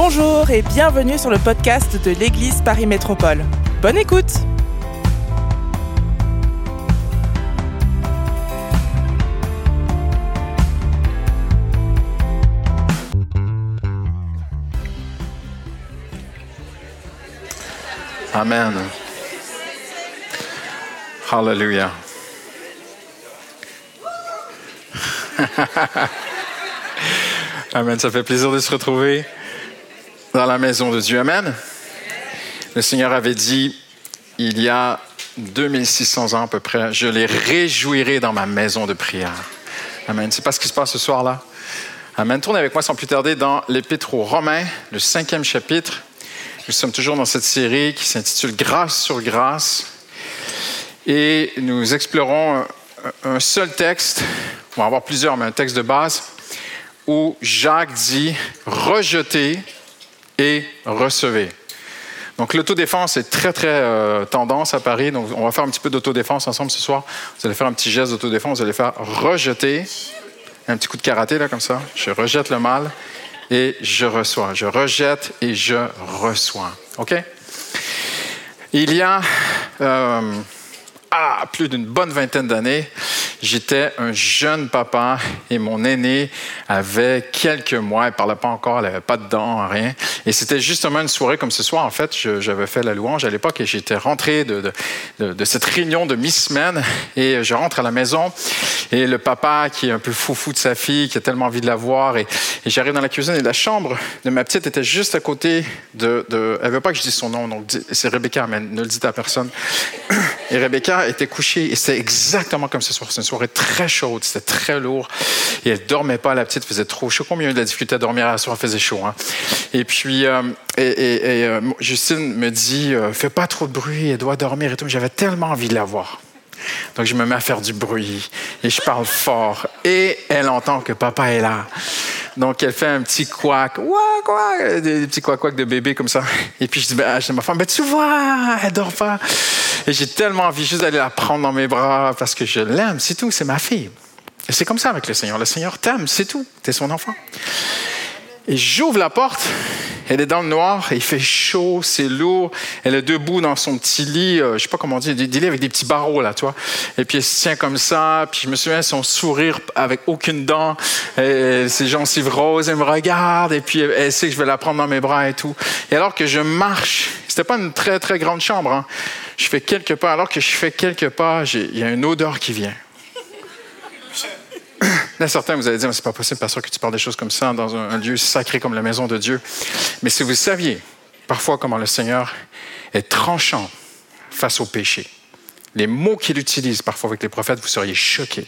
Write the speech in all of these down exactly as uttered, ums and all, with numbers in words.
Bonjour et bienvenue sur le podcast de l'Église Paris Métropole. Bonne écoute! Amen. Hallelujah. Amen. Ça fait plaisir de se retrouver dans la maison de Dieu. Amen. Le Seigneur avait dit, il y a deux mille six cents ans à peu près, je les réjouirai dans ma maison de prière. Amen. C'est pas ce qui se passe ce soir-là. Amen. Tournez avec moi sans plus tarder dans l'Épître aux Romains, le cinquième chapitre. Nous sommes toujours dans cette série qui s'intitule « Grâce sur grâce ». Et nous explorons un seul texte, on va avoir plusieurs, mais un texte de base, où Jacques dit « Rejetez et recevez ». Donc l'autodéfense est très, très euh, tendance à Paris. Donc on va faire un petit peu d'autodéfense ensemble ce soir. Vous allez faire un petit geste d'autodéfense, vous allez faire « Rejeter ». Un petit coup de karaté, là, comme ça. Je rejette le mal. Et je reçois. Je rejette et je reçois. OK? Il y a euh, ah, plus d'une bonne vingtaine d'années, j'étais un jeune papa et mon aîné avait quelques mois. Elle ne parlait pas encore, elle n'avait pas de dents, rien. Et c'était justement une soirée comme ce soir. En fait, je, j'avais fait la louange à l'époque et j'étais rentré de, de, de, de cette réunion de mi-semaine et je rentre à la maison. Et le papa qui est un peu foufou de sa fille, qui a tellement envie de la voir. Et, et j'arrive dans la cuisine et la chambre de ma petite était juste à côté de... de elle ne veut pas que je dise son nom, donc c'est Rebecca, mais ne le dites à personne. Et Rebecca était couchée et c'était exactement comme ce soir. C'est une soirée très chaude, c'était très lourd. Et elle ne dormait pas, la petite faisait trop chaud. Combien il y a eu de la difficulté à dormir à la soirée, il faisait chaud. Hein? Et puis, euh, et, et, et, euh, Justine me dit, euh, fais pas trop de bruit, elle doit dormir et tout. J'avais tellement envie de la voir. Donc, je me mets à faire du bruit et je parle fort. Et elle entend que papa est là. Donc, elle fait un petit couac, ouah, couac, des petits couac-couac de bébé comme ça. Et puis, je dis, ben, je dis à ma femme, ben, tu vois, elle dort pas. Et j'ai tellement envie juste d'aller la prendre dans mes bras parce que je l'aime, c'est tout, c'est ma fille. Et c'est comme ça avec le Seigneur. Le Seigneur t'aime, c'est tout. T'es son enfant. Et j'ouvre la porte, elle est dans le noir, il fait chaud, c'est lourd, elle est debout dans son petit lit, euh, je ne sais pas comment on dit, des lits avec des petits barreaux là, tu vois. Et puis elle se tient comme ça, puis je me souviens son sourire avec aucune dent, et ses gencives roses, elle me regarde, et puis elle, elle sait que je vais la prendre dans mes bras et tout. Et alors que je marche, c'était pas une très très grande chambre, hein. Je fais quelques pas, alors que je fais quelques pas, il y a une odeur qui vient. Là, certains, vous allez dire, mais c'est pas possible, pasteur, que tu parles des choses comme ça dans un, un lieu sacré comme la maison de Dieu. Mais si vous saviez parfois comment le Seigneur est tranchant face au péché, les mots qu'il utilise parfois avec les prophètes, vous seriez choqués.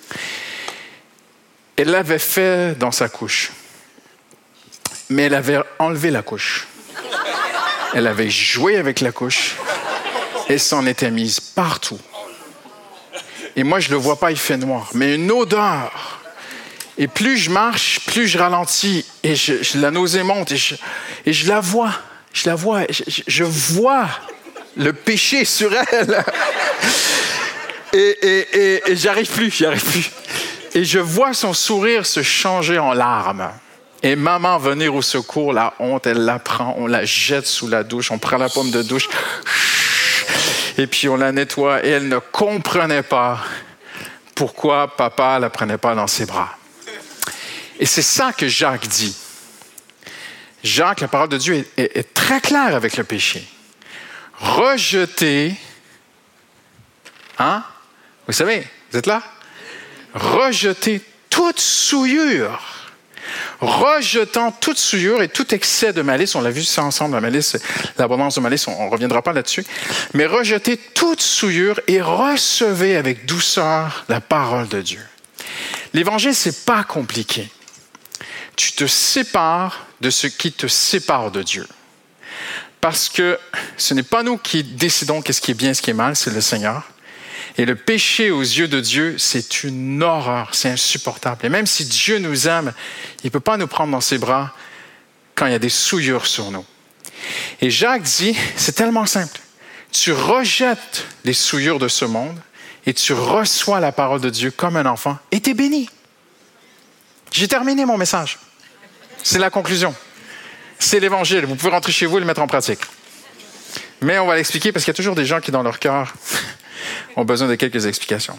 Elle l'avait fait dans sa couche, mais elle avait enlevé la couche. Elle avait joué avec la couche et s'en était mise partout. Et moi, je ne le vois pas, il fait noir. Mais une odeur. Et plus je marche, plus je ralentis. Et je, je, la nausée monte. Et je, et je la vois. Je la vois. Je, je, je vois le péché sur elle. Et, et, et, et j'arrive plus, j'arrive plus. Et je vois son sourire se changer en larmes. Et maman venir au secours, la honte, elle la prend. On la jette sous la douche. On prend la pomme de douche. Et puis on la nettoie. Et elle ne comprenait pas pourquoi papa ne la prenait pas dans ses bras. Et c'est ça que Jacques dit. Jacques, la parole de Dieu est, est, est très claire avec le péché. Rejeter, hein? Vous savez, vous êtes là? Rejeter toute souillure. Rejetant toute souillure et tout excès de malice, on l'a vu ça ensemble, la malice, l'abondance de malice, on ne reviendra pas là-dessus, mais rejetez toute souillure et recevez avec douceur la parole de Dieu. L'Évangile, ce n'est pas compliqué. Tu te sépares de ce qui te sépare de Dieu. Parce que ce n'est pas nous qui décidons qu'est-ce qui est bien, ce qui est mal, c'est le Seigneur. Et le péché aux yeux de Dieu, c'est une horreur, c'est insupportable. Et même si Dieu nous aime, il ne peut pas nous prendre dans ses bras quand il y a des souillures sur nous. Et Jacques dit, c'est tellement simple. Tu rejettes les souillures de ce monde et tu reçois la parole de Dieu comme un enfant et tu es béni. J'ai terminé mon message. C'est la conclusion. C'est l'Évangile. Vous pouvez rentrer chez vous et le mettre en pratique. Mais on va l'expliquer parce qu'il y a toujours des gens qui, dans leur cœur, ont besoin de quelques explications.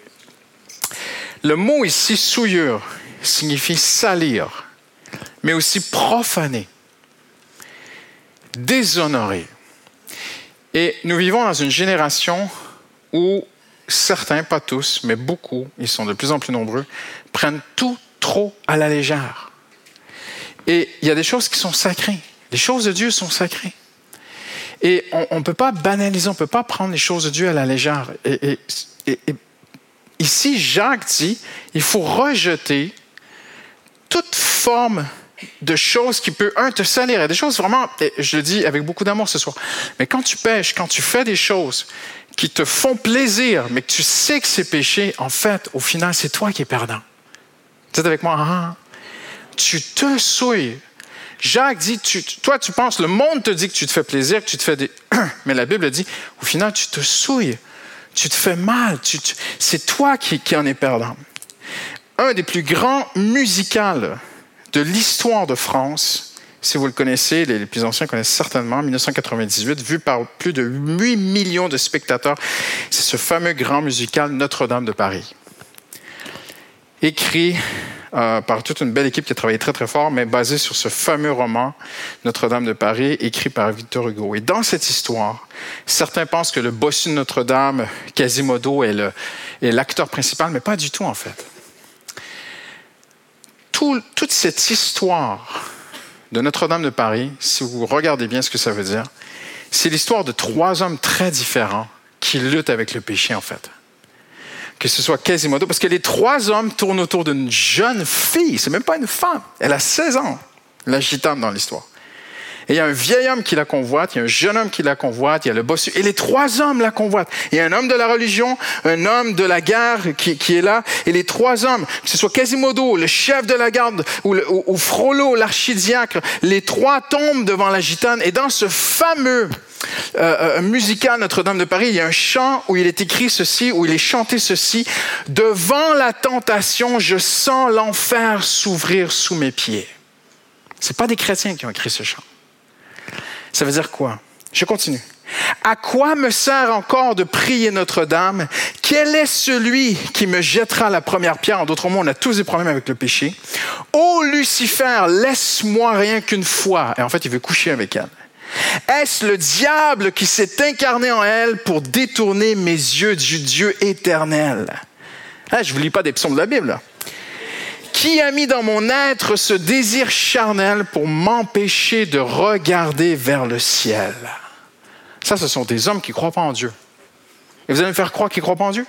Le mot ici, souillure, signifie salir, mais aussi profaner, déshonorer. Et nous vivons dans une génération où certains, pas tous, mais beaucoup, ils sont de plus en plus nombreux, prennent tout trop à la légère. Et il y a des choses qui sont sacrées. Les choses de Dieu sont sacrées. Et on ne peut pas banaliser, on ne peut pas prendre les choses de Dieu à la légère. Et, et, et, et ici, Jacques dit, il faut rejeter toute forme de choses qui peut, un, te salir. Il y a des choses vraiment, je le dis avec beaucoup d'amour ce soir, mais quand tu pêches, quand tu fais des choses qui te font plaisir, mais que tu sais que c'est péché, en fait, au final, c'est toi qui es perdant. Vous êtes avec moi? Ah, tu te souilles. Jacques dit, tu, toi, tu penses, le monde te dit que tu te fais plaisir, que tu te fais des... Mais la Bible dit, au final, tu te souilles. Tu te fais mal. Tu, tu... C'est toi qui, qui en es perdant. Un des plus grands musicals de l'histoire de France, si vous le connaissez, les, les plus anciens connaissent certainement, dix-neuf cent quatre-vingt-dix-huit, vu par plus de huit millions de spectateurs, c'est ce fameux grand musical Notre-Dame de Paris. Écrit euh, par toute une belle équipe qui a travaillé très très fort, mais basé sur ce fameux roman Notre-Dame de Paris, écrit par Victor Hugo. Et dans cette histoire, certains pensent que le bossu de Notre-Dame, Quasimodo, est, le, est l'acteur principal, mais pas du tout en fait. Tout, toute cette histoire de Notre-Dame de Paris, si vous regardez bien ce que ça veut dire, c'est l'histoire de trois hommes très différents qui luttent avec le péché, en fait. Que ce soit Quasimodo, parce que les trois hommes tournent autour d'une jeune fille, c'est même pas une femme, elle a seize ans, la gitane dans l'histoire. Et il y a un vieil homme qui la convoite, il y a un jeune homme qui la convoite, il y a le bossu, et les trois hommes la convoitent. Il y a un homme de la religion, un homme de la guerre qui, qui est là, et les trois hommes, que ce soit Quasimodo, le chef de la garde, ou, le, ou, ou Frollo, l'archidiacre, les trois tombent devant la gitane, et dans ce fameux euh, musical Notre-Dame de Paris, il y a un chant où il est écrit ceci, où il est chanté ceci, « Devant la tentation, je sens l'enfer s'ouvrir sous mes pieds. » Ce n'est pas des chrétiens qui ont écrit ce chant. Ça veut dire quoi? Je continue. À quoi me sert encore de prier Notre-Dame? Quel est celui qui me jettera la première pierre? En d'autres mots, on a tous des problèmes avec le péché. Ô Lucifer, laisse-moi rien qu'une fois. Et en fait, il veut coucher avec elle. Est-ce le diable qui s'est incarné en elle pour détourner mes yeux du Dieu éternel? Hein, je ne vous lis pas des psaumes de la Bible, là. Qui a mis dans mon être ce désir charnel pour m'empêcher de regarder vers le ciel? Ça, ce sont des hommes qui ne croient pas en Dieu. Et vous allez me faire croire qu'ils ne croient pas en Dieu?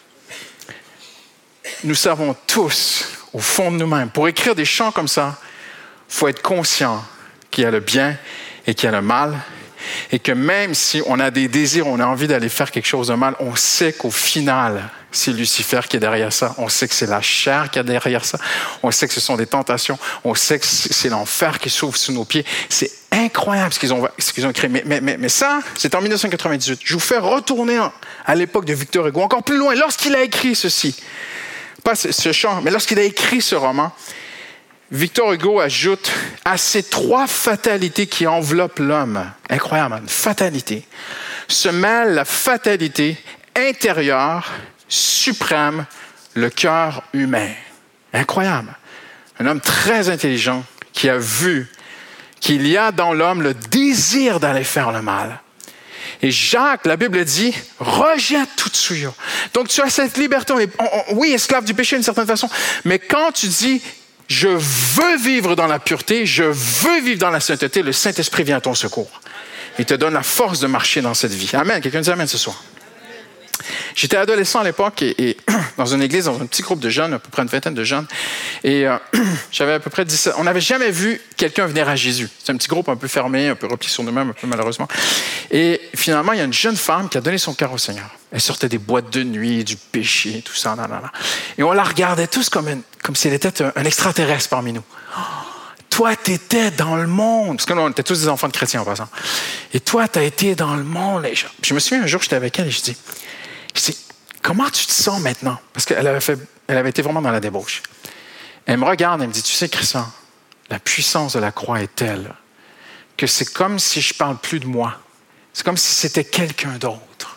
Nous savons tous, au fond de nous-mêmes, pour écrire des chants comme ça, il faut être conscient qu'il y a le bien et qu'il y a le mal, et que même si on a des désirs, on a envie d'aller faire quelque chose de mal, on sait qu'au final, c'est Lucifer qui est derrière ça. On sait que c'est la chair qui est derrière ça. On sait que ce sont des tentations. On sait que c'est l'enfer qui s'ouvre sous nos pieds. C'est incroyable ce qu'ils ont, ce qu'ils ont créé. Mais, mais, mais, mais ça, c'est en dix-neuf cent quatre-vingt-dix-huit. Je vous fais retourner à l'époque de Victor Hugo, encore plus loin, lorsqu'il a écrit ceci. Pas ce, ce chant, mais lorsqu'il a écrit ce roman, Victor Hugo ajoute à ces trois fatalités qui enveloppent l'homme, incroyable, une fatalité, se mêle la fatalité intérieure, suprême, le cœur humain. Incroyable. Un homme très intelligent qui a vu qu'il y a dans l'homme le désir d'aller faire le mal. Et Jacques, la Bible dit, rejette toute souillure. Donc tu as cette liberté. On, on, oui, esclave du péché d'une certaine façon, mais quand tu dis, je veux vivre dans la pureté, je veux vivre dans la sainteté, le Saint-Esprit vient à ton secours. Il te donne la force de marcher dans cette vie. Amen. Quelqu'un dit amen ce soir. J'étais adolescent à l'époque et, et dans une église, dans un petit groupe de jeunes, à peu près une vingtaine de jeunes. Et euh, j'avais à peu près dix-sept. On n'avait jamais vu quelqu'un venir à Jésus. C'est un petit groupe un peu fermé, un peu replié sur nous-mêmes, un peu malheureusement. Et finalement, il y a une jeune femme qui a donné son cœur au Seigneur. Elle sortait des boîtes de nuit, du péché, tout ça. Là, là, là. Et on la regardait tous comme, une, comme si elle était un, un extraterrestre parmi nous. Oh, toi, tu étais dans le monde. Parce que nous, on était tous des enfants de chrétiens en passant. Et toi, tu as été dans le monde. Et je, je me souviens un jour, j'étais avec elle et je dis, je dis, comment tu te sens maintenant? Parce qu'elle avait, fait, elle avait été vraiment dans la débauche. Elle me regarde et me dit, tu sais, Christian, la puissance de la croix est telle que c'est comme si je ne parle plus de moi. C'est comme si c'était quelqu'un d'autre.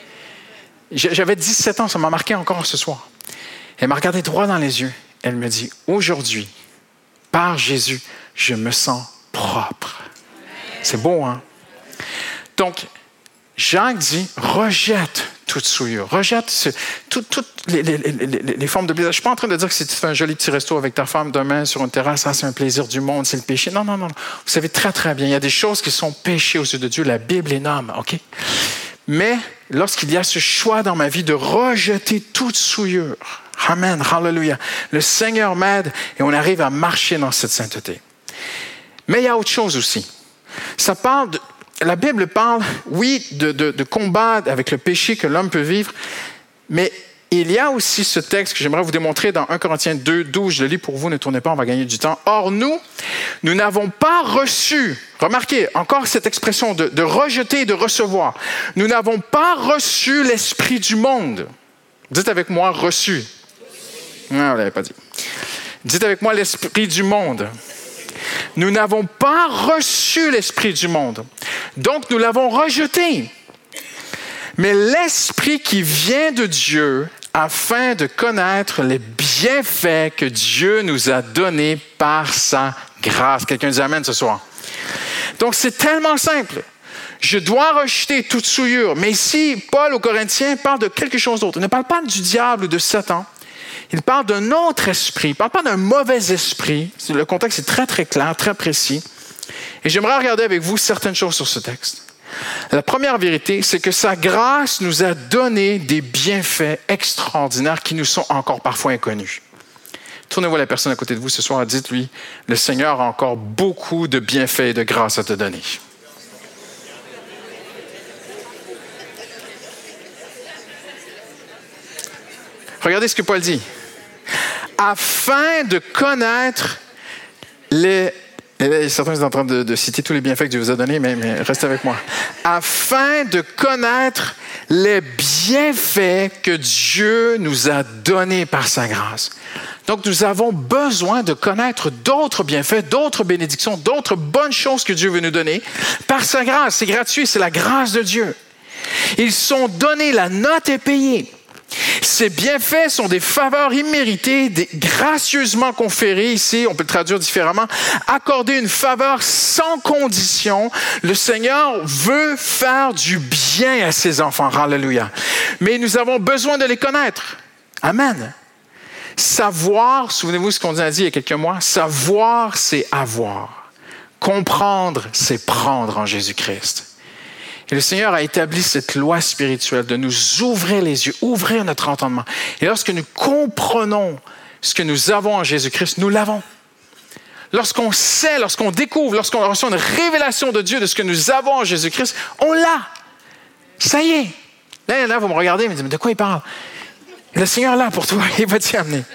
J'avais dix-sept ans, ça m'a marqué encore ce soir. Elle m'a regardé droit dans les yeux. Elle me dit, aujourd'hui, par Jésus, je me sens propre. C'est beau, hein? Donc, Jacques dit, rejette toute souillure. Rejette ce, tout, toutes les, les, les, les formes de plaisir. Je ne suis pas en train de dire que si tu fais un joli petit resto avec ta femme demain sur une terrasse, ça c'est un plaisir du monde, c'est le péché. Non, non, non. Vous savez très, très bien, il y a des choses qui sont péchées aux yeux de Dieu. La Bible les nomme, OK? Mais lorsqu'il y a ce choix dans ma vie de rejeter toute souillure, amen, hallelujah, le Seigneur m'aide et on arrive à marcher dans cette sainteté. Mais il y a autre chose aussi. Ça parle de, la Bible parle, oui, de, de, de combat avec le péché que l'homme peut vivre, mais il y a aussi ce texte que j'aimerais vous démontrer dans un Corinthiens deux, douze. Je le lis pour vous, ne tournez pas, on va gagner du temps. Or, nous, nous n'avons pas reçu, remarquez encore cette expression de, de rejeter et de recevoir. Nous n'avons pas reçu l'esprit du monde. Dites avec moi, reçu. Non, vous ne l'avez pas dit. Dites avec moi, l'esprit du monde. Nous n'avons pas reçu l'esprit du monde. Donc, nous l'avons rejeté. Mais l'esprit qui vient de Dieu afin de connaître les bienfaits que Dieu nous a donnés par sa grâce. Quelqu'un dit amen ce soir. Donc, c'est tellement simple. Je dois rejeter toute souillure. Mais ici, Paul aux Corinthiens parle de quelque chose d'autre. Il ne parle pas du diable ou de Satan. Il parle d'un autre esprit. Il ne parle pas d'un mauvais esprit. Le contexte est très, très clair, très précis. Et j'aimerais regarder avec vous certaines choses sur ce texte. La première vérité, c'est que sa grâce nous a donné des bienfaits extraordinaires qui nous sont encore parfois inconnus. Tournez-vous à la personne à côté de vous ce soir et dites-lui, le Seigneur a encore beaucoup de bienfaits et de grâce à te donner. Regardez ce que Paul dit. Afin de connaître les... Et là, certains sont en train de, de citer tous les bienfaits que Dieu vous a donnés, mais, mais restez avec moi. Afin de connaître les bienfaits que Dieu nous a donnés par sa grâce. Donc, nous avons besoin de connaître d'autres bienfaits, d'autres bénédictions, d'autres bonnes choses que Dieu veut nous donner par sa grâce. C'est gratuit, c'est la grâce de Dieu. Ils sont donnés, la note est payée. Ces bienfaits sont des faveurs imméritées, des gracieusement conférées ici, on peut le traduire différemment, accorder une faveur sans condition. Le Seigneur veut faire du bien à ses enfants, hallelujah. Mais nous avons besoin de les connaître. Amen. Savoir, souvenez-vous ce qu'on a dit il y a quelques mois, savoir, c'est avoir. Comprendre, c'est prendre en Jésus-Christ. Et le Seigneur a établi cette loi spirituelle de nous ouvrir les yeux, ouvrir notre entendement. Et lorsque nous comprenons ce que nous avons en Jésus-Christ, nous l'avons. Lorsqu'on sait, lorsqu'on découvre, lorsqu'on reçoit une révélation de Dieu de ce que nous avons en Jésus-Christ, on l'a. Ça y est. Là, là vous me regardez et me dites, mais de quoi il parle? Le Seigneur est là pour toi, il va t'y amener.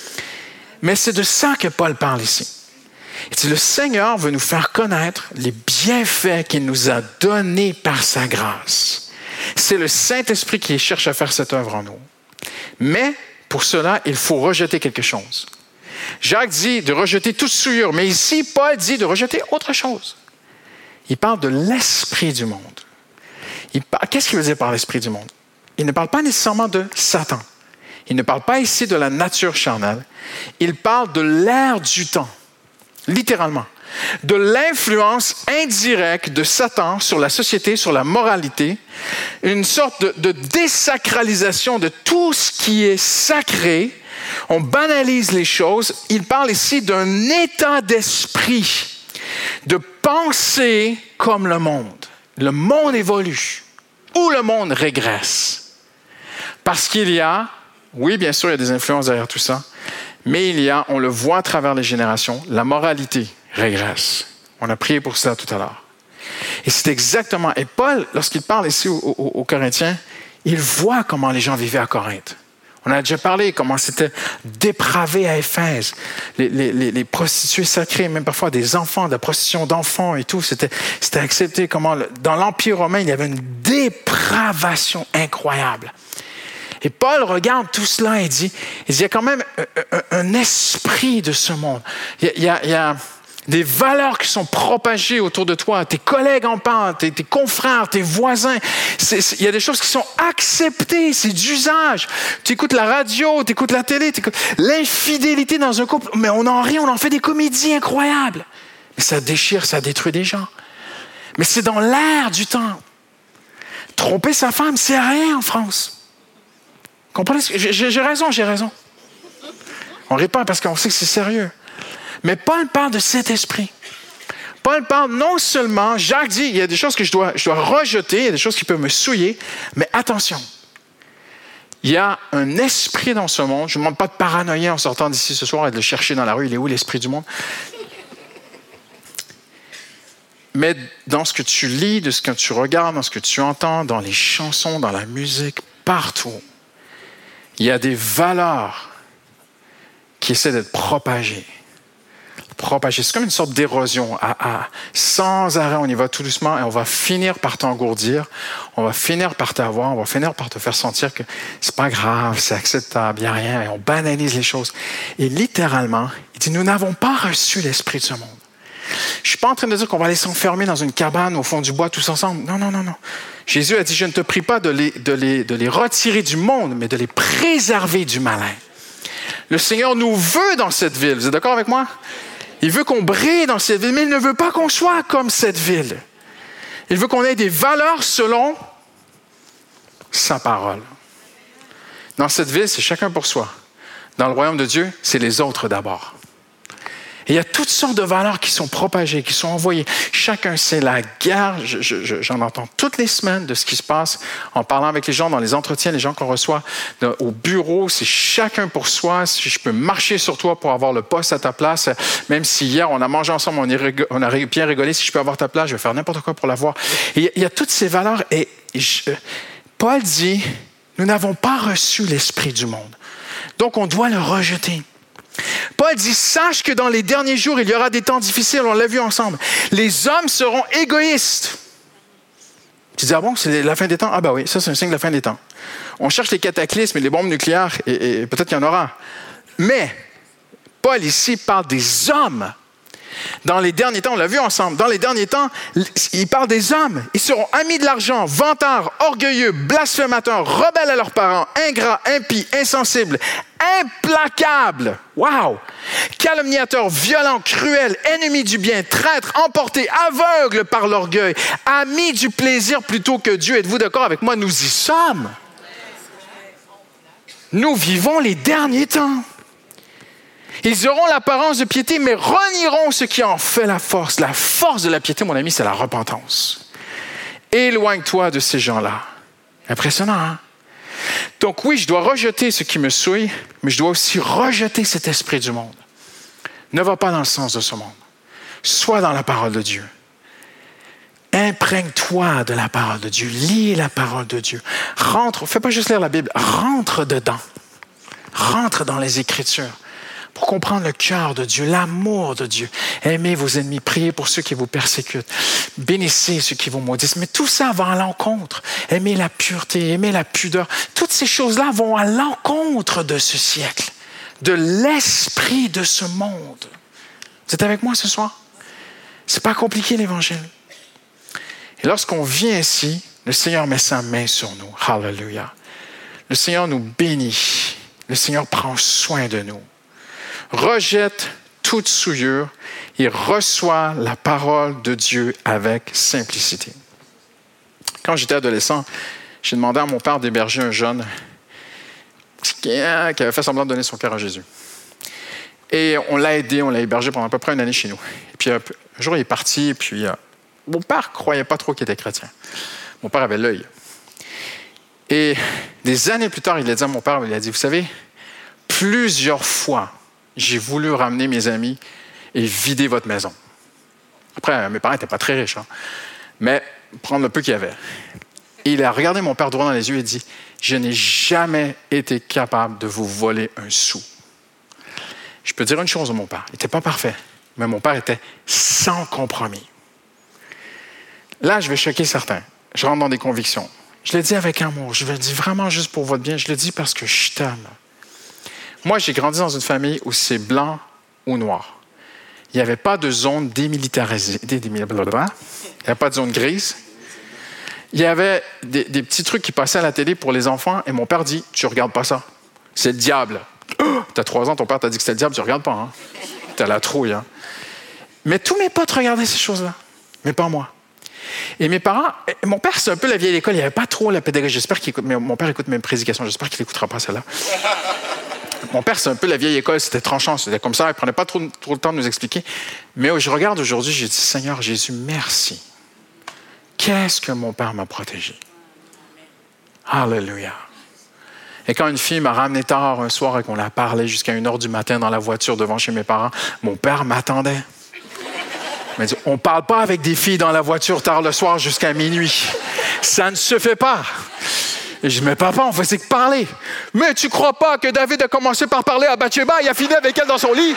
Mais c'est de ça que Paul parle ici. Il dit, le Seigneur veut nous faire connaître les bienfaits qu'il nous a donnés par sa grâce. C'est le Saint-Esprit qui cherche à faire cette œuvre en nous. Mais pour cela, il faut rejeter quelque chose. Jacques dit de rejeter toute souillure, mais ici, Paul dit de rejeter autre chose. Il parle de l'esprit du monde. Il parle, qu'est-ce qu'il veut dire par l'esprit du monde? Il ne parle pas nécessairement de Satan. Il ne parle pas ici de la nature charnelle. Il parle de l'ère du temps. Littéralement, de l'influence indirecte de Satan sur la société, sur la moralité, une sorte de, de désacralisation de tout ce qui est sacré. On banalise les choses. Il parle ici d'un état d'esprit, de penser comme le monde. Le monde évolue ou le monde régresse. Parce qu'il y a, oui, bien sûr, il y a des influences derrière tout ça, mais il y a, on le voit à travers les générations, la moralité régresse. On a prié pour ça tout à l'heure. Et c'est exactement, et Paul, lorsqu'il parle ici aux, aux, aux Corinthiens, il voit comment les gens vivaient à Corinthe. On a déjà parlé comment c'était dépravé à Éphèse. Les, les, les, les prostituées sacrées, même parfois des enfants, de la prostitution d'enfants et tout, c'était, c'était accepté. Comment, dans l'Empire romain, il y avait une dépravation incroyable. Et Paul regarde tout cela et dit, il dit, il y a quand même un, un, un esprit de ce monde. Il y a, il y a, Des valeurs qui sont propagées autour de toi. Tes collègues en parlent, tes, tes confrères, tes voisins. Il y a des choses qui sont acceptées, c'est d'usage. Tu écoutes la radio, tu écoutes la télé. L'infidélité dans un couple, mais on en rit, on en fait des comédies incroyables. Mais ça déchire, ça détruit des gens. Mais c'est dans l'air du temps. Tromper sa femme, c'est rien en France. Comprenez? J'ai, j'ai raison, j'ai raison. On rit pas parce qu'on sait que c'est sérieux. Mais Paul parle de cet esprit. Paul parle non seulement, Jacques dit, il y a des choses que je dois, je dois rejeter, il y a des choses qui peuvent me souiller, mais attention, il y a un esprit dans ce monde. Je ne demande pas de paranoïer en sortant d'ici ce soir et de le chercher dans la rue. Il est où l'esprit du monde? Mais dans ce que tu lis, de ce que tu regardes, dans ce que tu entends, dans les chansons, dans la musique, partout, il y a des valeurs qui essaient d'être propagées. Propagées. C'est comme une sorte d'érosion. À, à, sans arrêt, on y va tout doucement et on va finir par t'engourdir. On va finir par t'avoir. On va finir par te faire sentir que c'est pas grave, c'est acceptable, il n'y a rien. Et on banalise les choses. Et littéralement, il dit, nous n'avons pas reçu l'esprit de ce monde. Je ne suis pas en train de dire qu'on va aller s'enfermer dans une cabane au fond du bois tous ensemble. Non, non, non, non. Jésus a dit, je ne te prie pas de les, de les, de les retirer du monde, mais de les préserver du malin. Le Seigneur nous veut dans cette ville. Vous êtes d'accord avec moi? Il veut qu'on brille dans cette ville, mais il ne veut pas qu'on soit comme cette ville. Il veut qu'on ait des valeurs selon sa parole. Dans cette ville, c'est chacun pour soi. Dans le royaume de Dieu, c'est les autres d'abord. Et il y a toutes sortes de valeurs qui sont propagées, qui sont envoyées. Chacun sait la guerre. Je, je, j'en entends toutes les semaines de ce qui se passe en parlant avec les gens, dans les entretiens, les gens qu'on reçoit de, au bureau. C'est chacun pour soi. Si je peux marcher sur toi pour avoir le poste à ta place, même si hier on a mangé ensemble, on, est, on a bien rigolé, si je peux avoir ta place, je vais faire n'importe quoi pour l'avoir. Et il y a toutes ces valeurs. Et je, Paul dit, nous n'avons pas reçu l'esprit du monde. Donc on doit le rejeter. Paul dit, sache que dans les derniers jours, il y aura des temps difficiles, on l'a vu ensemble. Les hommes seront égoïstes. Tu dis, ah bon, c'est la fin des temps? Ah ben oui, ça c'est un signe de la fin des temps. On cherche les cataclysmes et les bombes nucléaires, et, et peut-être qu'il y en aura. Mais, Paul ici parle des hommes. Dans les derniers temps, on l'a vu ensemble, dans les derniers temps, il parle des hommes. Ils seront amis de l'argent, vantards, orgueilleux, blasphémateurs, rebelles à leurs parents, ingrats, impies, insensibles, implacables. Wow! Calomniateurs, violents, cruels, ennemis du bien, traîtres, emportés, aveugles par l'orgueil, amis du plaisir plutôt que Dieu. Êtes-vous d'accord avec moi? Nous y sommes. Nous vivons les derniers temps. Ils auront l'apparence de piété, mais renieront ce qui en fait la force. La force de la piété, mon ami, c'est la repentance. Éloigne-toi de ces gens-là. Impressionnant, hein? Donc oui, je dois rejeter ce qui me souille, mais je dois aussi rejeter cet esprit du monde. Ne va pas dans le sens de ce monde. Sois dans la parole de Dieu. Imprègne-toi de la parole de Dieu. Lis la parole de Dieu. Rentre, fais pas juste lire la Bible, rentre dedans. Rentre dans les Écritures. Pour comprendre le cœur de Dieu, l'amour de Dieu. Aimez vos ennemis, priez pour ceux qui vous persécutent. Bénissez ceux qui vous maudissent. Mais tout ça va à l'encontre. Aimez la pureté, aimez la pudeur. Toutes ces choses-là vont à l'encontre de ce siècle, de l'esprit de ce monde. Vous êtes avec moi ce soir? C'est pas compliqué l'Évangile. Et lorsqu'on vient ici, le Seigneur met sa main sur nous. Hallelujah. Le Seigneur nous bénit. Le Seigneur prend soin de nous. Rejette toute souillure et reçoit la parole de Dieu avec simplicité. Quand j'étais adolescent, j'ai demandé à mon père d'héberger un jeune qui avait fait semblant de donner son cœur à Jésus. Et on l'a aidé, on l'a hébergé pendant à peu près une année chez nous. Et puis un jour, il est parti, et puis euh, mon père ne croyait pas trop qu'il était chrétien. Mon père avait l'œil. Et des années plus tard, il a dit à mon père, il a dit, vous savez, plusieurs fois, j'ai voulu ramener mes amis et vider votre maison. Après, mes parents n'étaient pas très riches, hein, mais prendre le peu qu'il y avait. Et il a regardé mon père droit dans les yeux et dit, je n'ai jamais été capable de vous voler un sou. Je peux dire une chose à mon père, il n'était pas parfait, mais mon père était sans compromis. Là, je vais choquer certains. Je rentre dans des convictions. Je le dis avec amour, je le dis vraiment juste pour votre bien, je le dis parce que je t'aime. Moi, j'ai grandi dans une famille où c'est blanc ou noir. Il n'y avait pas de zone démilitarisée. Il n'y avait pas de zone grise. Il y avait des, des petits trucs qui passaient à la télé pour les enfants et mon père dit « Tu ne regardes pas ça. C'est le diable. Oh, » Tu as trois ans, ton père t'a dit que c'était le diable, tu ne regardes pas. Hein? Tu as la trouille. Hein? Mais tous mes potes regardaient ces choses-là, mais pas moi. Et mes parents, mon père, c'est un peu la vieille école, il n'y avait pas trop la pédagogie. J'espère qu'il écoute, mais mon père écoute mes prédications, j'espère qu'il n'écoutera pas celle-là. Mon père, c'est un peu la vieille école, c'était tranchant, c'était comme ça, il ne prenait pas trop, trop le temps de nous expliquer. Mais je regarde aujourd'hui, j'ai dit, Seigneur Jésus, merci. Qu'est-ce que mon père m'a protégé? Alléluia. Et quand une fille m'a ramené tard un soir et qu'on a parlé jusqu'à une heure du matin dans la voiture devant chez mes parents, mon père m'attendait. Il m'a dit, on ne parle pas avec des filles dans la voiture tard le soir jusqu'à minuit. Ça ne se fait pas. Et je dis, mais papa, on faisait que parler. Mais tu ne crois pas que David a commencé par parler à Bathsheba et a fini avec elle dans son lit?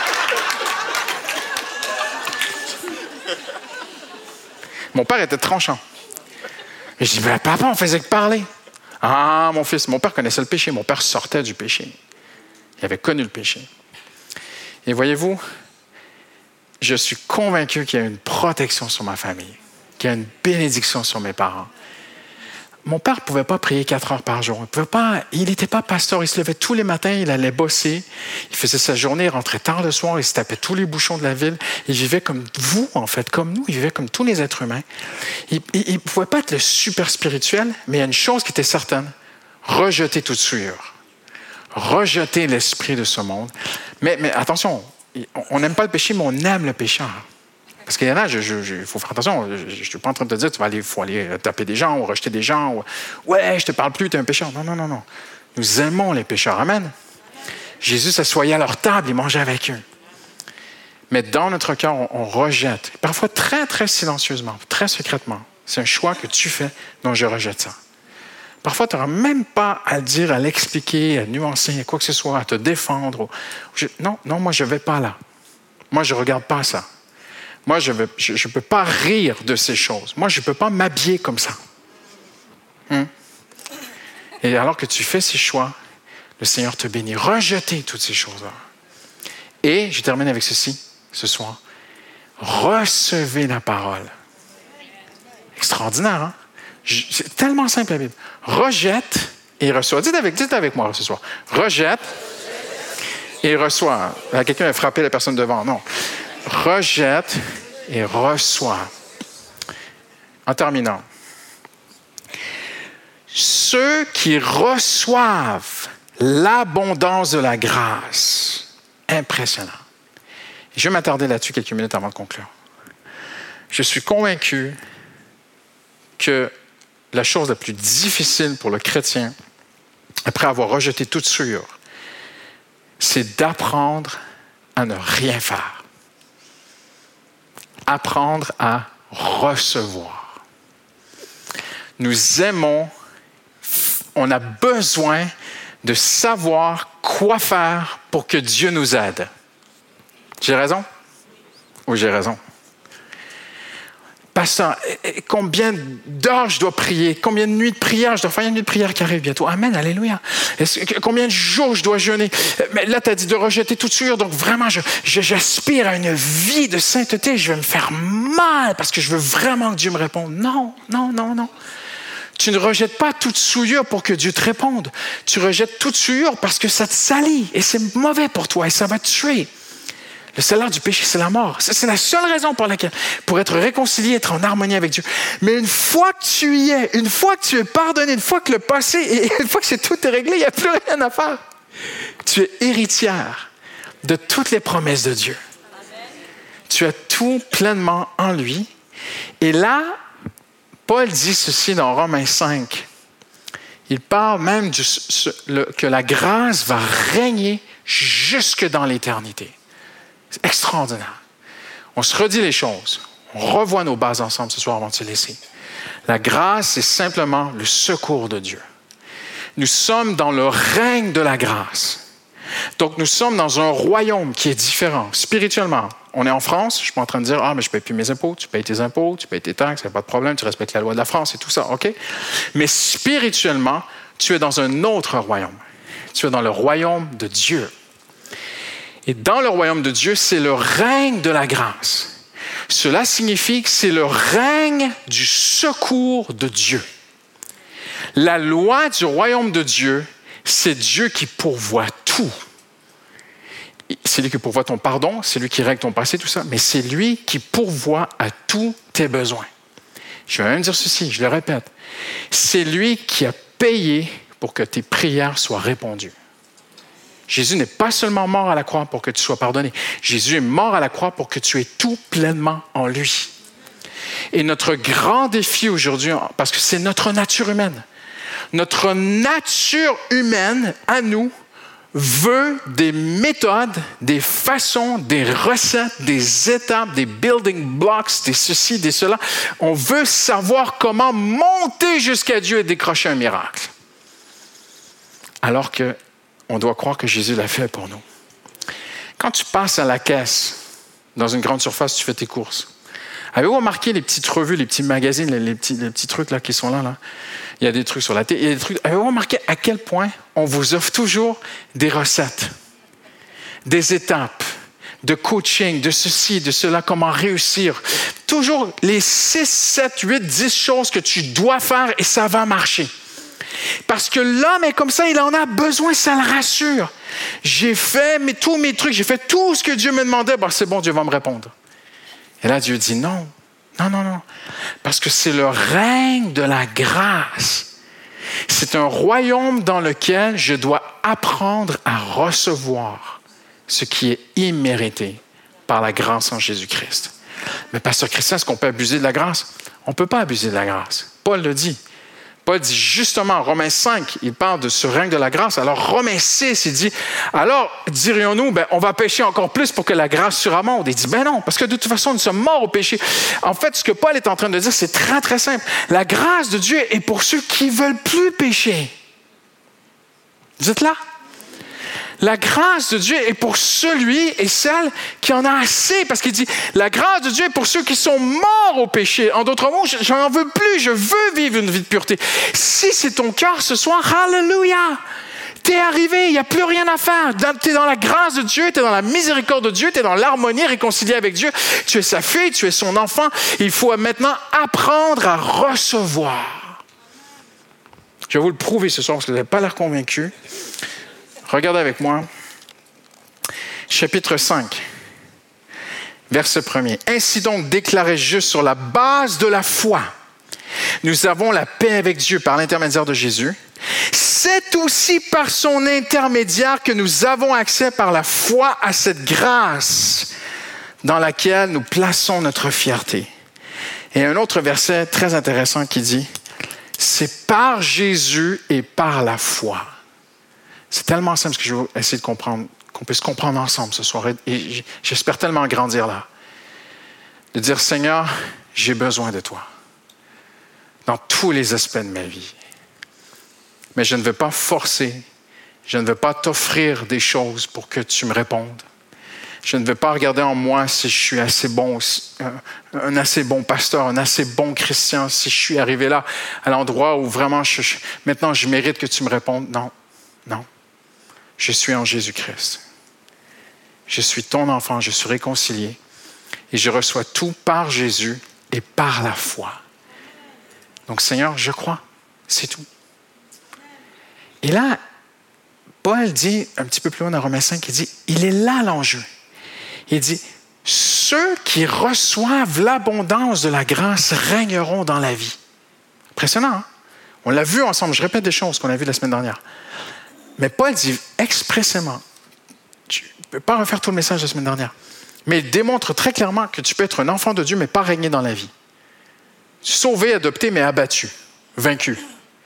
Mon père était tranchant. Et je dis, ben, papa, on faisait que parler. Ah, mon fils, mon père connaissait le péché. Mon père sortait du péché. Il avait connu le péché. Et voyez-vous, je suis convaincu qu'il y a une protection sur ma famille, qu'il y a une bénédiction sur mes parents. Mon père ne pouvait pas prier quatre heures par jour. Il n'était pas pasteur. Il se levait tous les matins, il allait bosser. Il faisait sa journée, il rentrait tard le soir, il se tapait tous les bouchons de la ville. Il vivait comme vous, en fait, comme nous. Il vivait comme tous les êtres humains. Il ne pouvait pas être le super spirituel, mais il y a une chose qui était certaine. Rejeter toute souillure. Rejeter l'esprit de ce monde. Mais, mais attention, on n'aime pas le péché, mais on aime le pécheur. Parce qu'il y en a, il faut faire attention, je ne suis pas en train de te dire qu'il aller, faut aller taper des gens ou rejeter des gens. Ou, ouais, je ne te parle plus, tu es un pécheur. Non, non, non, non. Nous aimons les pécheurs. Amen. Jésus s'assoyait à leur table, il mangeait avec eux. Mais dans notre cœur, on, on rejette. Parfois très, très silencieusement, très secrètement. C'est un choix que tu fais, donc je rejette ça. Parfois, tu n'auras même pas à le dire, à l'expliquer, à nuancer, à quoi que ce soit, à te défendre. Je, non, non, moi, je ne vais pas là. Moi, je ne regarde pas ça. Moi, je ne je, je peux pas rire de ces choses. Moi, je ne peux pas m'habiller comme ça. Hum? Et alors que tu fais ces choix, le Seigneur te bénit. Rejetez toutes ces choses-là. Et je termine avec ceci, ce soir. Recevez la parole. Extraordinaire, hein? C'est tellement simple, la Bible. Rejette et reçoit. Dites avec, dites avec moi ce soir. Rejette et reçoit. Quelqu'un a frappé la personne devant. Non. Rejette et reçoit. En terminant. Ceux qui reçoivent l'abondance de la grâce. Impressionnant. Je vais m'attarder là-dessus quelques minutes avant de conclure. Je suis convaincu que la chose la plus difficile pour le chrétien, après avoir rejeté toute souillure, c'est d'apprendre à ne rien faire. Apprendre à recevoir. Nous aimons, on a besoin de savoir quoi faire pour que Dieu nous aide. J'ai raison? Ou j'ai raison? Pasteur, combien d'heures je dois prier? Combien de nuits de prière je dois faire? Il y a une nuit de prière qui arrive bientôt. Amen, alléluia. Combien de jours je dois jeûner? Mais là, tu as dit de rejeter toute souillure. Donc vraiment, je, je, j'aspire à une vie de sainteté. Je vais me faire mal parce que je veux vraiment que Dieu me réponde. Non, non, non, non. Tu ne rejettes pas toute souillure pour que Dieu te réponde. Tu rejettes toute souillure parce que ça te salit et c'est mauvais pour toi et ça va te tuer. Le salaire du péché, c'est la mort. C'est la seule raison pour laquelle, pour être réconcilié, être en harmonie avec Dieu. Mais une fois que tu y es, une fois que tu es pardonné, une fois que le passé, et une fois que c'est tout est réglé, il n'y a plus rien à faire. Tu es héritière de toutes les promesses de Dieu. Amen. Tu as tout pleinement en lui. Et là, Paul dit ceci dans Romains cinq. Il parle même du, ce, le, que la grâce va régner jusque dans l'éternité. C'est extraordinaire. On se redit les choses. On revoit nos bases ensemble ce soir avant de se laisser. La grâce, c'est simplement le secours de Dieu. Nous sommes dans le règne de la grâce. Donc, nous sommes dans un royaume qui est différent, spirituellement. On est en France, je ne suis pas en train de dire « Ah, mais je ne paye plus mes impôts. » Tu payes tes impôts, tu payes tes taxes, il n'y a pas de problème, tu respectes la loi de la France et tout ça, OK? Mais spirituellement, tu es dans un autre royaume. Tu es dans le royaume de Dieu. Et dans le royaume de Dieu, c'est le règne de la grâce. Cela signifie que c'est le règne du secours de Dieu. La loi du royaume de Dieu, c'est Dieu qui pourvoit tout. C'est lui qui pourvoit ton pardon, c'est lui qui règle ton passé, tout ça, mais c'est lui qui pourvoit à tous tes besoins. Je vais même dire ceci, je le répète. C'est lui qui a payé pour que tes prières soient répondues. Jésus n'est pas seulement mort à la croix pour que tu sois pardonné. Jésus est mort à la croix pour que tu aies tout pleinement en lui. Et notre grand défi aujourd'hui, parce que c'est notre nature humaine, notre nature humaine à nous veut des méthodes, des façons, des recettes, des étapes, des building blocks, des ceci, des cela. On veut savoir comment monter jusqu'à Dieu et décrocher un miracle. Alors que on doit croire que Jésus l'a fait pour nous. Quand tu passes à la caisse, dans une grande surface, tu fais tes courses. Avez-vous remarqué les petites revues, les petits magazines, les, les, petits, les petits trucs là, qui sont là, là? Il y a des trucs sur la télé. Il y a des trucs. Avez-vous remarqué à quel point on vous offre toujours des recettes, des étapes, de coaching, de ceci, de cela, comment réussir. Toujours les six, sept, huit, dix choses que tu dois faire et ça va marcher. Parce que l'homme est comme ça, il en a besoin, ça le rassure. J'ai fait mes, tous mes trucs, j'ai fait tout ce que Dieu me demandait, ben c'est bon, Dieu va me répondre. Et là, Dieu dit non, non, non, non. Parce que c'est le règne de la grâce. C'est un royaume dans lequel je dois apprendre à recevoir ce qui est immérité par la grâce en Jésus-Christ. Mais pasteur Christian, est-ce qu'on peut abuser de la grâce? On ne peut pas abuser de la grâce. Paul le dit. Paul dit justement, Romains cinq, il parle de ce règne de la grâce. Alors Romains six, il dit, alors dirions-nous, ben, on va pécher encore plus pour que la grâce surabonde. Il dit, ben non, parce que de toute façon, nous sommes morts au péché. En fait, ce que Paul est en train de dire, c'est très, très simple. La grâce de Dieu est pour ceux qui ne veulent plus pécher. Vous êtes là? La grâce de Dieu est pour celui et celle qui en a assez. Parce qu'il dit, la grâce de Dieu est pour ceux qui sont morts au péché. En d'autres mots, je n'en veux plus, je veux vivre une vie de pureté. Si c'est ton cœur ce soir, hallelujah! T'es arrivé, il n'y a plus rien à faire. Tu es dans la grâce de Dieu, tu es dans la miséricorde de Dieu, tu es dans l'harmonie, réconcilié avec Dieu. Tu es sa fille, tu es son enfant. Il faut maintenant apprendre à recevoir. Je vais vous le prouver ce soir parce que vous n'avez pas l'air convaincu. Regardez avec moi, chapitre cinq, verset premier. Ainsi donc, déclaré juste sur la base de la foi, nous avons la paix avec Dieu par l'intermédiaire de Jésus. C'est aussi par son intermédiaire que nous avons accès par la foi à cette grâce dans laquelle nous plaçons notre fierté. Et un autre verset très intéressant qui dit, c'est par Jésus et par la foi. C'est tellement simple ce que je vais essayer de comprendre, qu'on puisse comprendre ensemble ce soir. Et j'espère tellement grandir là. De dire, Seigneur, j'ai besoin de toi. Dans tous les aspects de ma vie. Mais je ne veux pas forcer. Je ne veux pas t'offrir des choses pour que tu me répondes. Je ne veux pas regarder en moi si je suis assez bon, un assez bon pasteur, un assez bon chrétien, si je suis arrivé là, à l'endroit où vraiment, je, je, maintenant, je mérite que tu me répondes. Non, non. Je suis en Jésus-Christ. Je suis ton enfant, je suis réconcilié et je reçois tout par Jésus et par la foi. Donc, Seigneur, je crois, c'est tout. Et là, Paul dit, un petit peu plus loin dans Romains cinq, il dit, il est là l'enjeu. Il dit, ceux qui reçoivent l'abondance de la grâce régneront dans la vie. Impressionnant, hein? On l'a vu ensemble, je répète des choses qu'on a vues la semaine dernière. Mais Paul dit expressément, tu ne peux pas refaire tout le message de la semaine dernière, mais il démontre très clairement que tu peux être un enfant de Dieu, mais pas régner dans la vie. Sauvé, adopté, mais abattu, vaincu.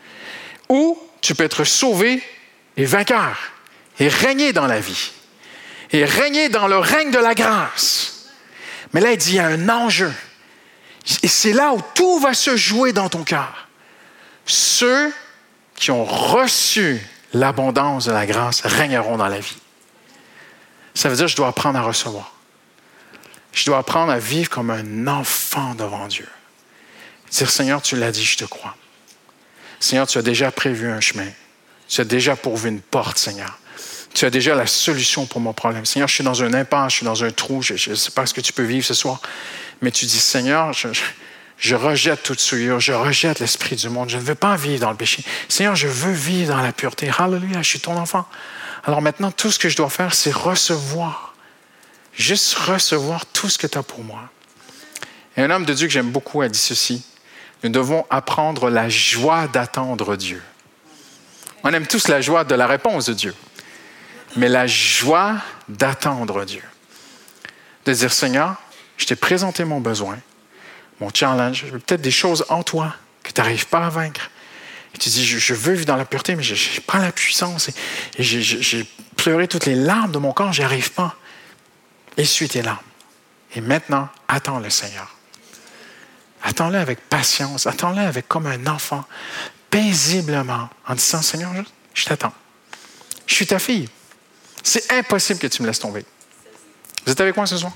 Ou tu peux être sauvé et vainqueur, et régner dans la vie, et régner dans le règne de la grâce. Mais là, il dit, il y a un enjeu. Et c'est là où tout va se jouer dans ton cœur. Ceux qui ont reçu l'abondance de la grâce régneront dans la vie. Ça veut dire que je dois apprendre à recevoir. Je dois apprendre à vivre comme un enfant devant Dieu. Dire, Seigneur, tu l'as dit, je te crois. Seigneur, tu as déjà prévu un chemin. Tu as déjà pourvu une porte, Seigneur. Tu as déjà la solution pour mon problème. Seigneur, je suis dans un impasse, je suis dans un trou, je ne sais pas ce que tu peux vivre ce soir. Mais tu dis, Seigneur, je, je, je rejette toute souillure, je rejette l'esprit du monde. Je ne veux pas vivre dans le péché. Seigneur, je veux vivre dans la pureté. Alléluia, je suis ton enfant. Alors maintenant, tout ce que je dois faire, c'est recevoir. Juste recevoir tout ce que tu as pour moi. Et un homme de Dieu que j'aime beaucoup a dit ceci. Nous devons apprendre la joie d'attendre Dieu. On aime tous la joie de la réponse de Dieu. Mais la joie d'attendre Dieu. De dire, Seigneur, je t'ai présenté mon besoin, mon challenge, peut-être des choses en toi que tu n'arrives pas à vaincre. Et tu dis, je, je veux vivre dans la pureté, mais je n'ai pas la puissance. Et, et j'ai, j'ai pleuré toutes les larmes de mon corps, je n'y arrive pas. Essuie tes larmes. Et maintenant, attends le Seigneur. Attends-le avec patience, attends-le avec comme un enfant, paisiblement, en disant, Seigneur, je, je t'attends. Je suis ta fille. C'est impossible que tu me laisses tomber. Vous êtes avec moi ce soir?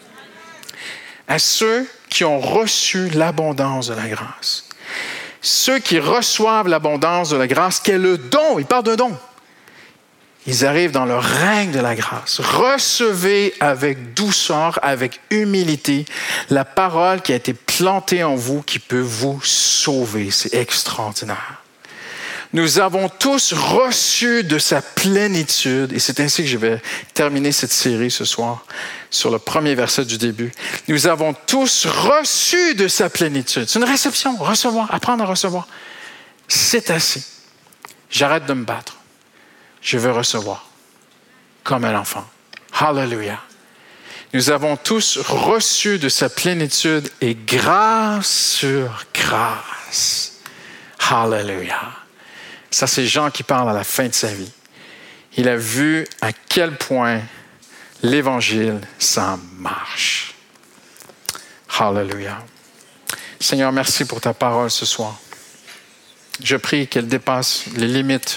À ceux qui ont reçu l'abondance de la grâce. Ceux qui reçoivent l'abondance de la grâce, qui est le don, il parle d'un don. Ils arrivent dans le règne de la grâce. Recevez avec douceur, avec humilité, la parole qui a été plantée en vous, qui peut vous sauver. C'est extraordinaire. Nous avons tous reçu de sa plénitude, et c'est ainsi que je vais terminer cette série ce soir, sur le premier verset du début. Nous avons tous reçu de sa plénitude. C'est une réception, recevoir, apprendre à recevoir. C'est assez. J'arrête de me battre. Je veux recevoir, comme un enfant. Hallelujah. Nous avons tous reçu de sa plénitude, et grâce sur grâce. Hallelujah. Ça, c'est Jean qui parle à la fin de sa vie. Il a vu à quel point l'Évangile, ça marche. Hallelujah. Seigneur, merci pour ta parole ce soir. Je prie qu'elle dépasse les limites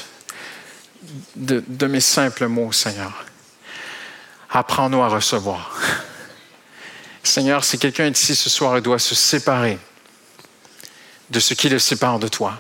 de, de mes simples mots, Seigneur. Apprends-nous à recevoir. Seigneur, si quelqu'un est ici ce soir et doit se séparer de ce qui le sépare de toi,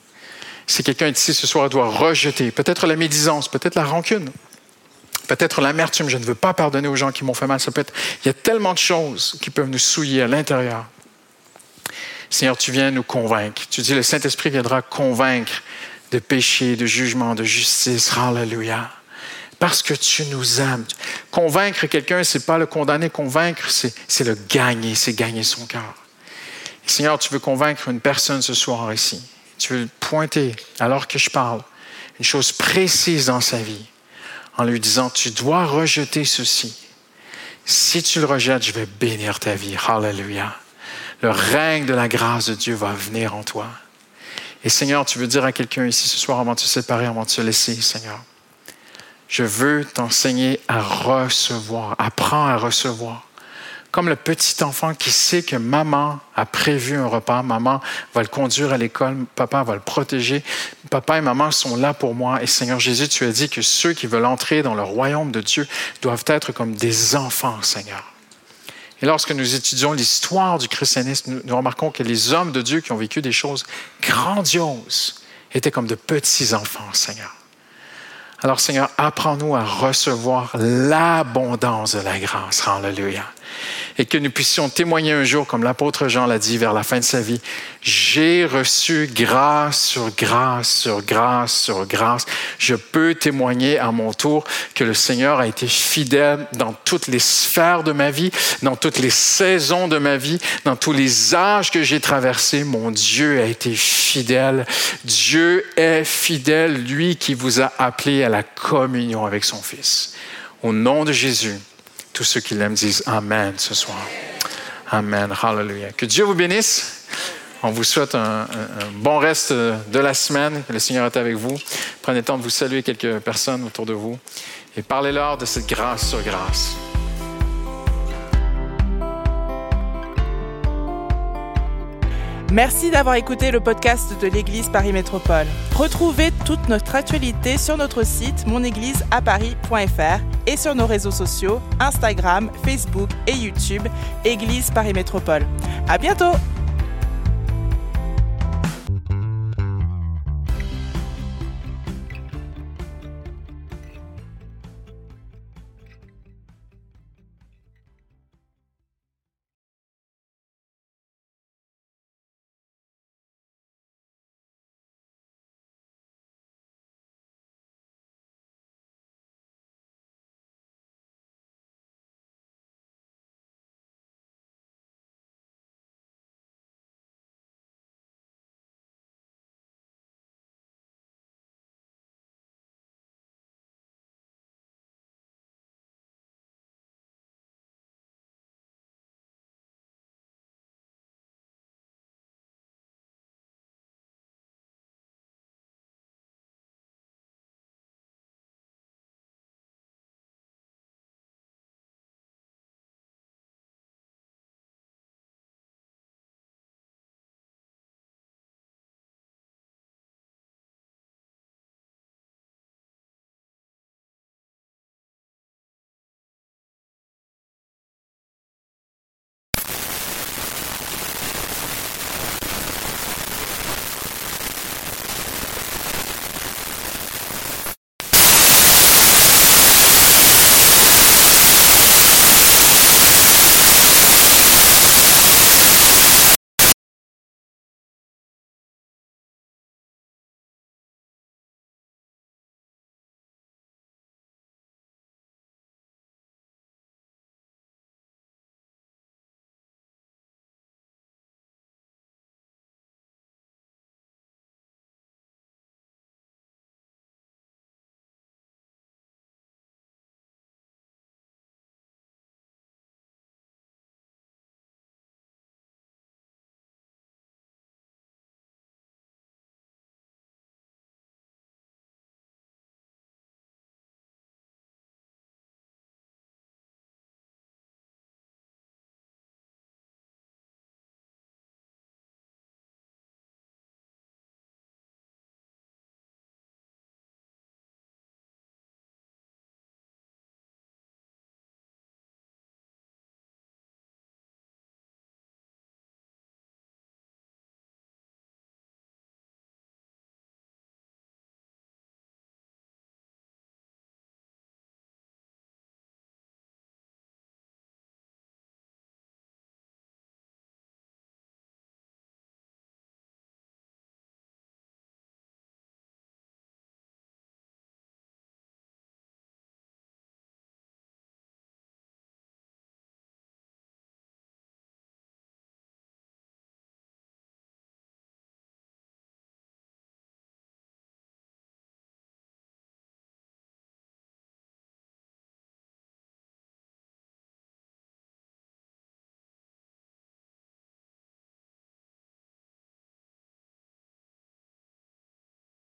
si quelqu'un est ici ce soir et doit rejeter peut-être la médisance, peut-être la rancune, peut-être l'amertume, je ne veux pas pardonner aux gens qui m'ont fait mal, ça peut être, il y a tellement de choses qui peuvent nous souiller à l'intérieur. Seigneur, tu viens nous convaincre. Tu dis, le Saint-Esprit viendra convaincre de péché, de jugement, de justice. Alléluia. Parce que tu nous aimes. Convaincre quelqu'un, ce n'est pas le condamner. Convaincre, c'est, c'est le gagner, c'est gagner son cœur. Et Seigneur, tu veux convaincre une personne ce soir ici. Tu veux pointer, alors que je parle, une chose précise dans sa vie, en lui disant, tu dois rejeter ceci. Si tu le rejettes, je vais bénir ta vie. Hallelujah. Le règne de la grâce de Dieu va venir en toi. Et Seigneur, tu veux dire à quelqu'un ici ce soir, avant de te séparer, avant de te laisser, Seigneur, je veux t'enseigner à recevoir. Apprends à recevoir. Comme le petit enfant qui sait que maman a prévu un repas, maman va le conduire à l'école, papa va le protéger, papa et maman sont là pour moi. Et Seigneur Jésus, tu as dit que ceux qui veulent entrer dans le royaume de Dieu doivent être comme des enfants, Seigneur. Et lorsque nous étudions l'histoire du christianisme, nous, nous remarquons que les hommes de Dieu qui ont vécu des choses grandioses étaient comme de petits enfants, Seigneur. Alors, Seigneur, apprends-nous à recevoir l'abondance de la grâce. Alléluia. Et que nous puissions témoigner un jour, comme l'apôtre Jean l'a dit vers la fin de sa vie, j'ai reçu grâce sur grâce sur grâce sur grâce. Je peux témoigner à mon tour que le Seigneur a été fidèle dans toutes les sphères de ma vie, dans toutes les saisons de ma vie, dans tous les âges que j'ai traversés. Mon Dieu a été fidèle. Dieu est fidèle, lui qui vous a appelé à la communion avec son Fils. Au nom de Jésus, tous ceux qui l'aiment disent Amen ce soir. Amen. Hallelujah. Que Dieu vous bénisse. On vous souhaite un, un, un bon reste de la semaine. Que le Seigneur est avec vous. Prenez le temps de vous saluer quelques personnes autour de vous et parlez-leur de cette grâce sur grâce. Merci d'avoir écouté le podcast de l'Église Paris Métropole. Retrouvez toute notre actualité sur notre site mon église à paris point f r et sur nos réseaux sociaux Instagram, Facebook et YouTube, Église Paris Métropole. À bientôt!